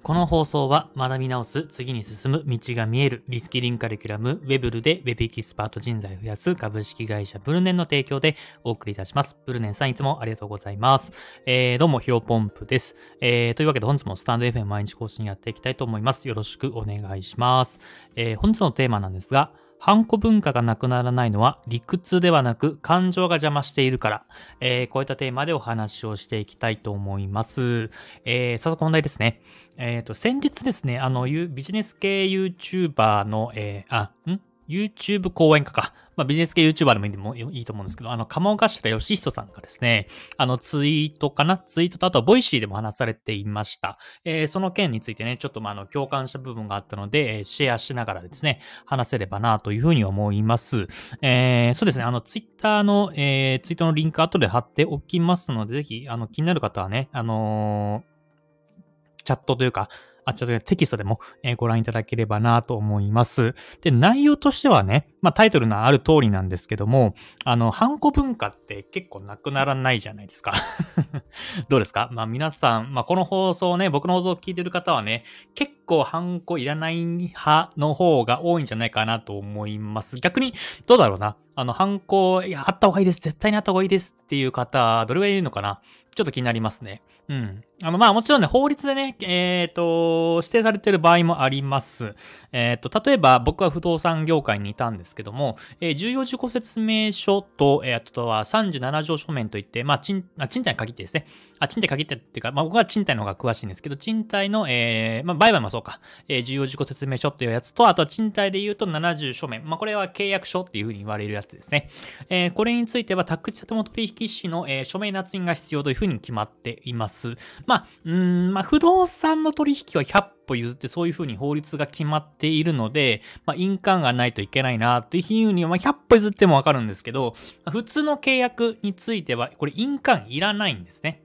この放送は学び直す、次に進む、道が見える、リスキリングカリキュラム、ウェブルでウェブエキスパート人材を増やす株式会社ブルネンの提供でお送りいたします。ブルネンさんいつもありがとうございます。どうもヒロポンプです。というわけで本日もスタンド FM 毎日更新やっていきたいと思います。よろしくお願いします。本日のテーマなんですが、ハンコ文化がなくならないのは理屈ではなく感情が邪魔しているから、こういったテーマでお話をしていきたいと思います。早速本題ですね。先日ですね、ビジネス系 YouTuber の、YouTube 講演家か。ビジネス系 YouTuber でもいいと思うんですけど、鴨頭義人さんがですね、ツイートとあとはボイシーでも話されていました。その件についてね、ちょっと共感した部分があったので、シェアしながらですね、話せればなというふうに思います。そうですね、ツイッターの、ツイートのリンク後で貼っておきますので、ぜひ、気になる方はね、チャットというか、テキストでも、ご覧いただければなと思います。で、内容としてはね、タイトルのある通りなんですけども、ハンコ文化って結構なくならないじゃないですか。どうですか？皆さん、この放送ね、僕の放送を聞いてる方はね、結構ハンコいらない派の方が多いんじゃないかなと思います。逆に、どうだろうな。ハンコ、いや、あった方がいいです。絶対にあった方がいいですっていう方、どれぐらいいるのかな？ちょっと気になりますね。うん。もちろんね、法律でね、指定されている場合もあります。例えば、僕は不動産業界にいたんですけども、重要事項説明書と、あとは37条書面といって、賃貸に限ってですね。賃貸に限ってっていうか、僕は賃貸の方が詳しいんですけど、賃貸の、売買もそうか、重要事項説明書っていうやつと、あとは賃貸で言うと70書面。これは契約書っていう風に言われるやつですね。これについては、宅地建物取引士の、署名捺印が必要という風に決まっています。不動産の取引は100歩譲ってそういう風に法律が決まっているので、印鑑がないといけないなという風には、100歩譲ってもわかるんですけど、普通の契約については、これ印鑑いらないんですね。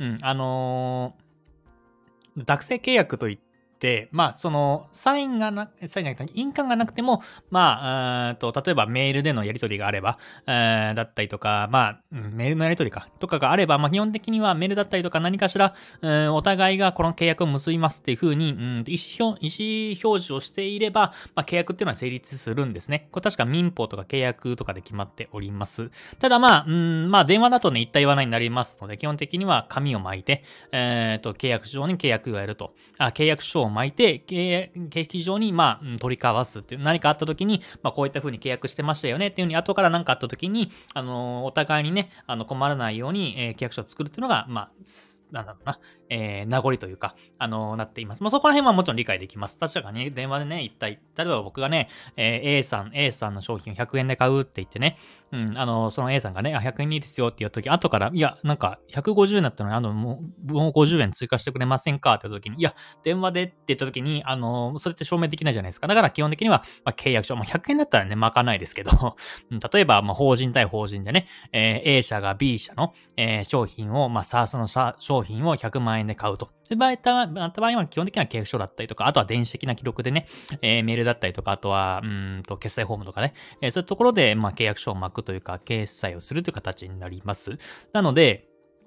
学生契約といって、サインじゃなくて、印鑑がなくても、例えばメールでのやり取りがあれば、だったりとか、メールのやり取りとかがあれば、基本的にはメールだったりとか何かしら、お互いがこの契約を結びますっていう風に、意思表示をしていれば、契約っていうのは成立するんですね。これ確か民法とか契約とかで決まっております。ただ電話だとね、言った言わないになりますので、基本的には紙を巻いて、契約上に契約がやると。契約書を巻いて、契約上に、取り交わすっていう、何かあった時に、こういった風に契約してましたよねっていう風に、後から何かあった時に、お互いにね、困らないように、契約書を作るっていうのが、なんだろうな、名残というか、なっています。そこら辺はもちろん理解できます。確かに電話でね、一体、例えば僕がね、A さんの商品を100円で買うって言ってね、その A さんがね、100円にいいですよって言うとき、後から、いや、なんか、150円だったのに、もう50円追加してくれませんかって言ったときに、いや、電話でって言ったときに、それって証明できないじゃないですか。だから基本的には、契約書、100円だったらね、巻かないですけど、例えば、法人対法人でね、A 社が B 社の、商品を、SARS の商品を100万円で買うと。で、場合は基本的には契約書だったりとか、あとは電子的な記録でね、メールだったりとか、あとは、決済フォームとかね、そういうところで、契約書を巻くというか、決済をするという形になります。なので、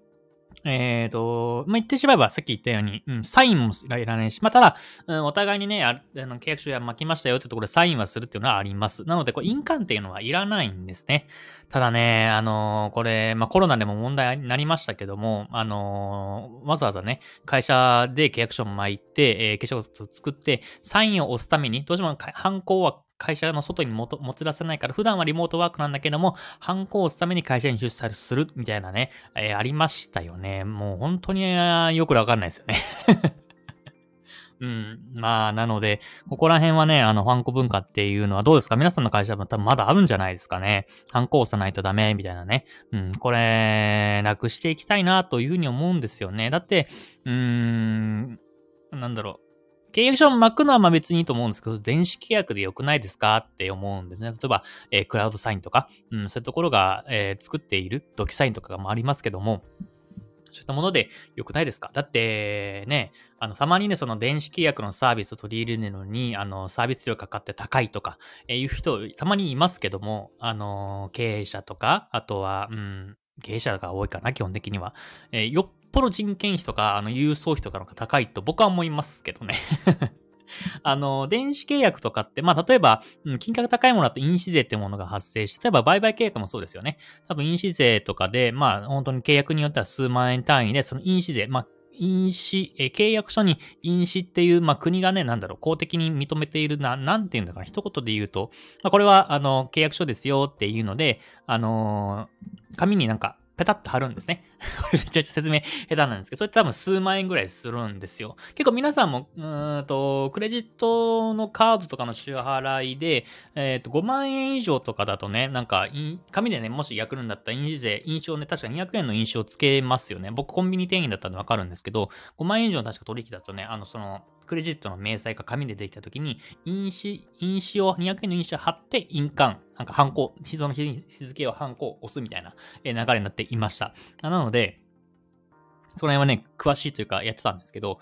言ってしまえばさっき言ったように、サインもいらないし、ただ、お互いにね、契約書や巻きましたよってところでサインはするっていうのはあります。なので、これ印鑑っていうのはいらないんですね。ただね、これ、コロナでも問題になりましたけども、わざわざね、会社で契約書を巻いて、契約書を作って、サインを押すために、どうしても犯行は会社の外に持ち出せないから、普段はリモートワークなんだけども、ハンコを押すために会社に出社するみたいなね、ありましたよね。もう本当によくわかんないですよね。なので、ここら辺はね、ハンコ文化っていうのはどうですか？皆さんの会社も多分まだあるんじゃないですかね。ハンコ押さないとダメみたいなね。これ、なくしていきたいなというふうに思うんですよね。だって、なんだろう。契約書を巻くのは別にいいと思うんですけど、電子契約で良くないですかって思うんですね。例えば、クラウドサインとか、そういうところが、作っているドキュサインとかもありますけども、そういったもので良くないですか？だってね、たまにね、その電子契約のサービスを取り入れるのに、サービス料かかって高いとか、いう人、たまにいますけども、経営者とか、あとは、 経営者が多いかな、基本的には。よっぽど人件費とか、郵送費とかの方が高いと僕は思いますけどね。電子契約とかって、まあ、例えば、金額高いものだと印紙税ってものが発生して、例えば売買契約もそうですよね。多分印紙税とかで、まあ、本当に契約によっては数万円単位で、その印紙税、まあ、契約書に印紙っていう、まあ、国がね、なんだろう、公的に認めているなんていうんだかな、一言で言うと、まあ、これは、契約書ですよっていうので、紙になんか、ペタッと貼るんですね。これめちゃくちゃ説明下手なんですけど、それって多分数万円ぐらいするんですよ。結構皆さんも、クレジットのカードとかの支払いで、5万円以上とかだとね、なんか、紙でね、もし焼くんだったら印紙をね、確か200円の印紙をつけますよね。僕コンビニ店員だったんでわかるんですけど、5万円以上の確か取引だとね、クレジットの明細が紙でできたときに、200円の印紙を貼って、印鑑、なんかハンコ、その日付をハンコを押すみたいな流れになっていました。なので、その辺はね、詳しいというかやってたんですけど、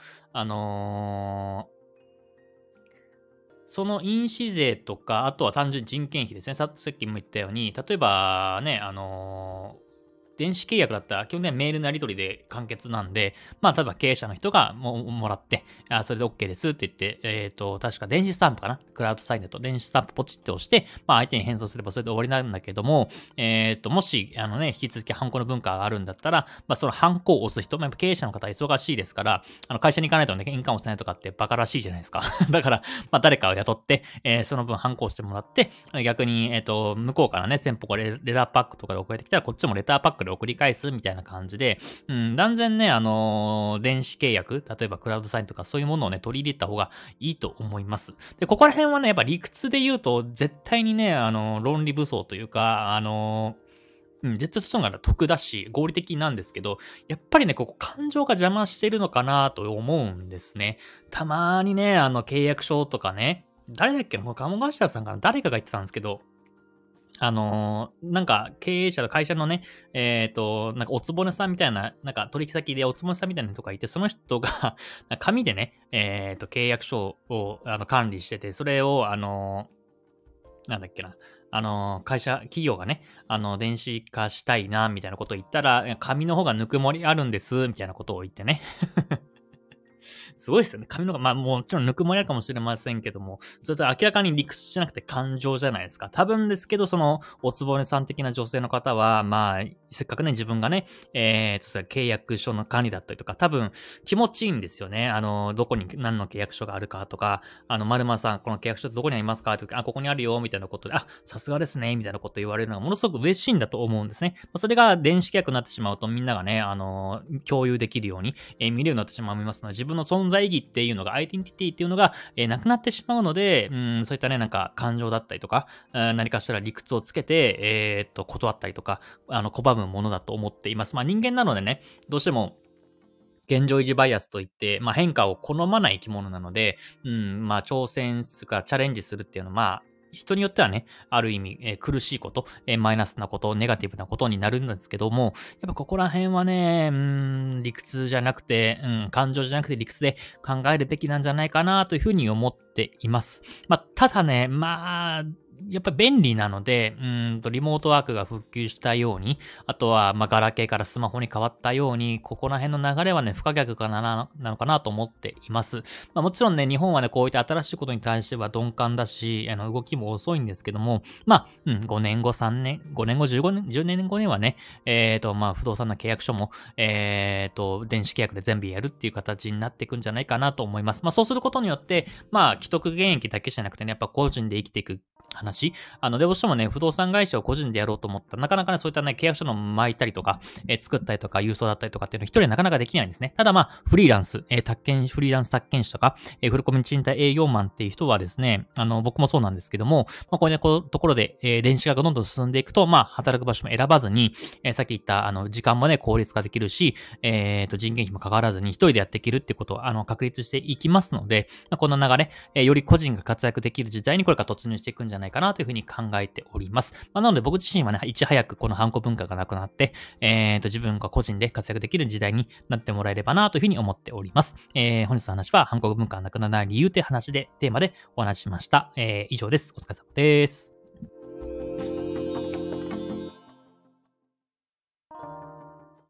その印紙税とか、あとは単純に人件費ですね。さっきも言ったように、例えばね、電子契約だったら基本的にはメールのやり取りで完結なんで、まあ、例えば経営者の人がもらって、それで OK ですって言って、確か電子スタンプかな、クラウドサインだと電子スタンプポチって押して、まあ、相手に返送すればそれで終わりなんだけども、もし、引き続きハンコの文化があるんだったら、まあ、そのハンコを押す人、まあ、経営者の方は忙しいですから、会社に行かないとね、印鑑を押せないとかってバカらしいじゃないですか。だから、まあ、誰かを雇って、その分ハンコをしてもらって、逆に、向こうからね、先方がレターパックとかで送られてきたら、こっちもレターパックで送り返すみたいな感じで、断然ね、電子契約、例えばクラウドサインとかそういうものをね、取り入れた方がいいと思います。で、ここら辺はね、やっぱ理屈で言うと、絶対にね、論理武装というか、絶対そっちの方が得だし、合理的なんですけど、やっぱりね、ここ感情が邪魔してるのかなと思うんですね。たまにね、契約書とかね、誰だっけな、もう鴨頭さんから誰かが言ってたんですけど、なんか経営者の会社のね、なんかおつぼねさんみたいな、なんか取引先でおつぼねさんみたいな人がいて、その人が紙でね、契約書を管理してて、それをなんだっけな、企業がね、電子化したいな、みたいなことを言ったら、紙の方がぬくもりあるんです、みたいなことを言ってね。すごいですよね。髪の毛、まあもちろんぬくもりあるかもしれませんけども、それと明らかに理屈じゃなくて感情じゃないですか。多分ですけど、その、おつぼねさん的な女性の方は、まあ、せっかくね、自分がね、契約書の管理だったりとか、多分気持ちいいんですよね。どこに何の契約書があるかとか、〇〇さん、この契約書どこにありますかとか、ここにあるよ、みたいなことで、さすがですね、みたいなこと言われるのがものすごく嬉しいんだと思うんですね。それが電子契約になってしまうと、みんながね、共有できるように、見れるようになってしまいますので、自分の存在意義っていうのが、アイデンティティっていうのが、なくなってしまうので、そういったね、なんか感情だったりとか、何かしら理屈をつけて、断ったりとか、拒むものだと思っています。まあ人間なのでね、どうしても、現状維持バイアスといって、まあ、変化を好まない生き物なので、まあ、挑戦するかチャレンジするっていうのは、まあ、人によってはね、ある意味、苦しいこと、マイナスなこと、ネガティブなことになるんですけども、やっぱここら辺はね、理屈じゃなくて、感情じゃなくて理屈で考えるべきなんじゃないかなというふうに思っています。まあ、ただね、まあ、やっぱり便利なので、リモートワークが復旧したように、あとは、まあ、ガラケーからスマホに変わったように、ここら辺の流れはね、不可逆なのかなと思っています。まあ、もちろんね、日本はね、こういった新しいことに対しては鈍感だし、動きも遅いんですけども、まあ、5年後、3年、5年後、15年、10年後にはね、まあ、不動産の契約書も、電子契約で全部やるっていう形になっていくんじゃないかなと思います。まあ、そうすることによって、まあ、既得権益だけじゃなくてね、やっぱ個人で生きていく話。どうしてもね、不動産会社を個人でやろうと思ったら、なかなかね、そういったね、契約書の巻いたりとか、作ったりとか、郵送だったりとかっていうの一人でなかなかできないんですね。ただまあ、フリーランス宅建士とか、フルコミ賃貸営業マンっていう人はですね、僕もそうなんですけども、まあ、こういうところで、電子化がどんどん進んでいくと、まあ、働く場所も選ばずに、さっき言った、時間もね、効率化できるし、人件費もかからずに一人でやっていけるっていうことを、確立していきますので、まあ、この流れ、より個人が活躍できる時代にこれから突入していくんじゃないかなというふうに考えております。まあ、なので僕自身はね、いち早くこのハンコ文化がなくなって、自分が個人で活躍できる時代になってもらえればなというふうに思っております。本日の話はハンコ文化がなくならない理由という話で、テーマでお話ししました。以上です。お疲れ様です。